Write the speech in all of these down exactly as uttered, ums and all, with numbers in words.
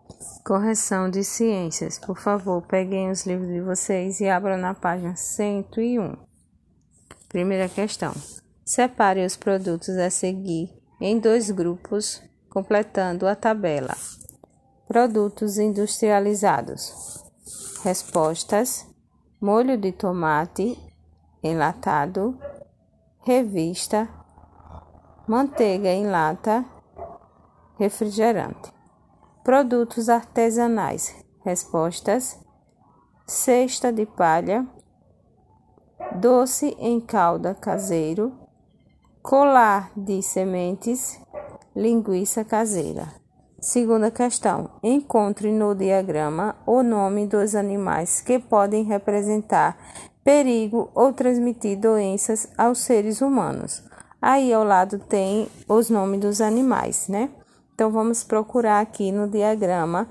Correção de ciências. Por favor, peguem os livros de vocês e abram na página cento e um. Primeira questão. Separe os produtos a seguir em dois grupos, completando a tabela. Produtos industrializados. Respostas: molho de tomate enlatado, revista, manteiga em lata, refrigerante. Produtos artesanais. Respostas: cesta de palha, doce em calda caseiro, colar de sementes, linguiça caseira. Segunda questão. Encontre no diagrama o nome dos animais que podem representar perigo ou transmitir doenças aos seres humanos. Aí ao lado tem os nomes dos animais, né? Então vamos procurar aqui no diagrama,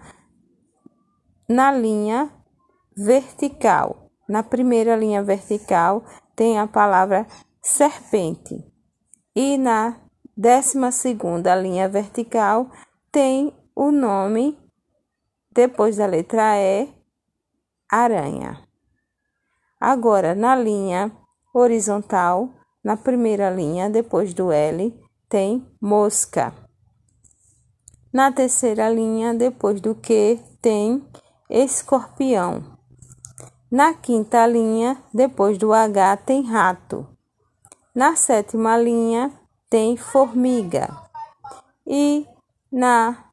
na linha vertical. Na primeira linha vertical tem a palavra serpente. E na décima segunda linha vertical tem o nome, depois da letra E, aranha. Agora, na linha horizontal, na primeira linha, depois do L, tem mosca. Na terceira linha, depois do Q, tem escorpião. Na quinta linha, depois do H, tem rato. Na sétima linha, tem formiga. E na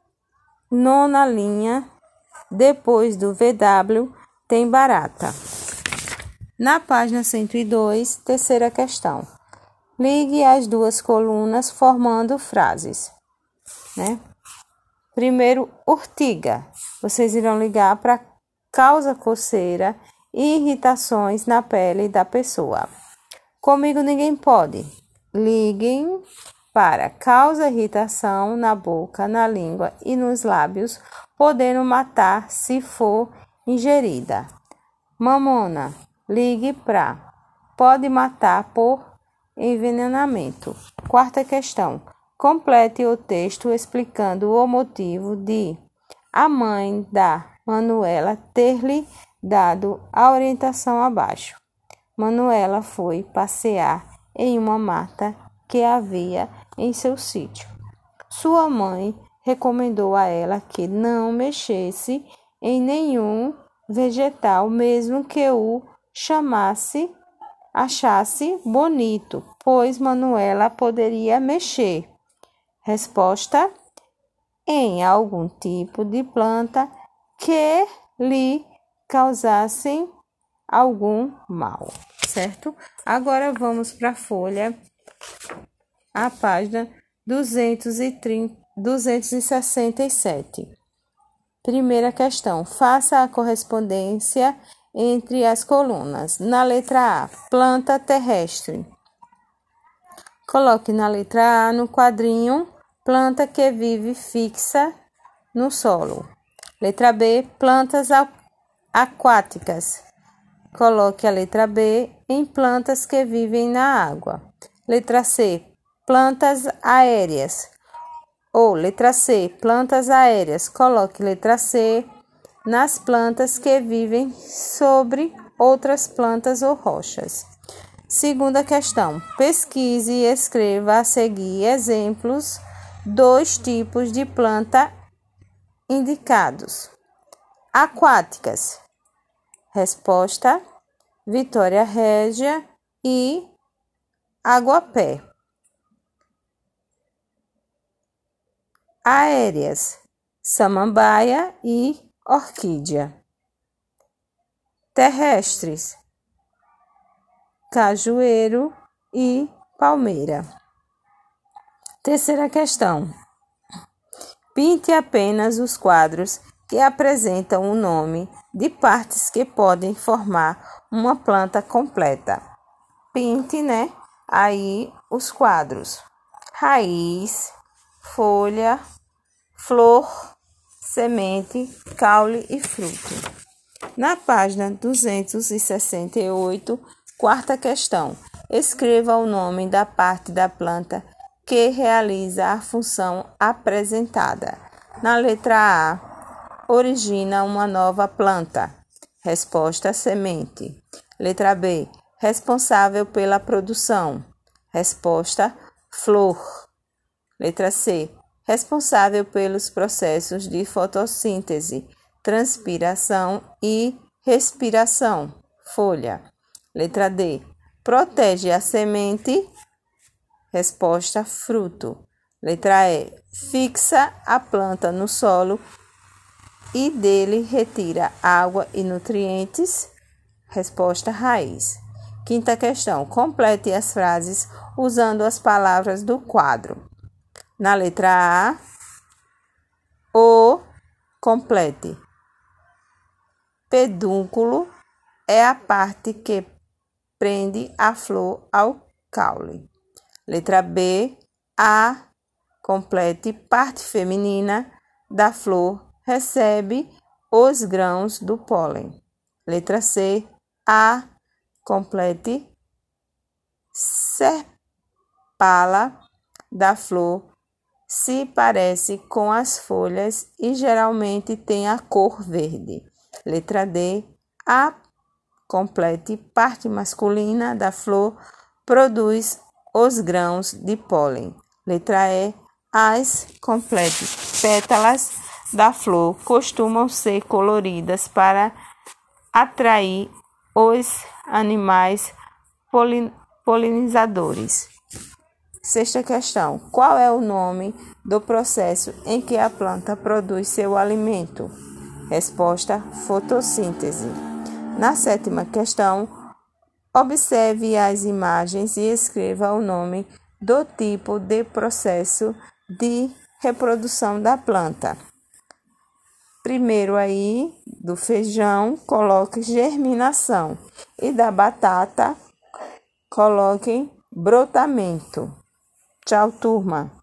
nona linha, depois do V W, tem barata. Na página cento e dois, terceira questão. Ligue as duas colunas formando frases, né? Primeiro, urtiga. Vocês irão ligar para causa coceira e irritações na pele da pessoa. Comigo ninguém pode. Liguem para causa irritação na boca, na língua e nos lábios, podendo matar se for ingerida. Mamona. Ligue para pode matar por envenenamento. Quarta questão. Complete o texto explicando o motivo de a mãe da Manuela ter-lhe dado a orientação abaixo. Manuela foi passear em uma mata que havia em seu sítio. Sua mãe recomendou a ela que não mexesse em nenhum vegetal, mesmo que o chamasse, achasse bonito, pois Manuela poderia mexer. Resposta: em algum tipo de planta que lhe causassem algum mal, certo? Agora vamos para a folha, a página duzentos e trinta, duzentos e sessenta e sete. Primeira questão. Faça a correspondência entre as colunas. Na letra A, planta terrestre. Coloque na letra A, no quadrinho, planta que vive fixa no solo. Letra B, plantas aquáticas. Coloque a letra B em plantas que vivem na água. Letra C, plantas aéreas. Ou letra C, plantas aéreas. Coloque letra C nas plantas que vivem sobre outras plantas ou rochas. Segunda questão. Pesquise e escreva a seguir exemplos dos tipos de planta indicados. Aquáticas. Resposta: Vitória Régia e Aguapé. Aéreas: Samambaia e Orquídea. Terrestres: Cajueiro e Palmeira. Terceira questão. Pinte apenas os quadros que apresentam o nome de partes que podem formar uma planta completa. Pinte, né? Aí os quadros: raiz, folha, flor, semente, caule e fruto. Na página duzentos e sessenta e oito, quarta questão. Escreva o nome da parte da planta que realiza a função apresentada. Na letra A, origina uma nova planta? Resposta: semente. Letra B. Responsável pela produção? Resposta: flor. Letra C. Responsável pelos processos de fotossíntese, transpiração e respiração? Folha. Letra D. Protege a semente? Resposta: fruto. Letra E. Fixa a planta no solo e dele retira água e nutrientes? Resposta: raiz. Quinta questão. Complete as frases usando as palavras do quadro. Na letra A, o complete. Pedúnculo é a parte que prende a flor ao caule. Letra B, a complete. Parte feminina da flor recebe os grãos do pólen. Letra C, a complete. Sepala da flor se parece com as folhas e geralmente tem a cor verde. Letra D, a complete. Parte masculina da flor produz os grãos de pólen. Letra E, as complete. Pétalas da flor costumam ser coloridas para atrair os animais polin- polinizadores. Sexta questão. Qual é o nome do processo em que a planta produz seu alimento? Resposta: fotossíntese. Na sétima questão, observe as imagens e escreva o nome do tipo de processo de reprodução da planta. Primeiro aí, do feijão, coloque germinação. E da batata, coloquem brotamento. Tchau, turma!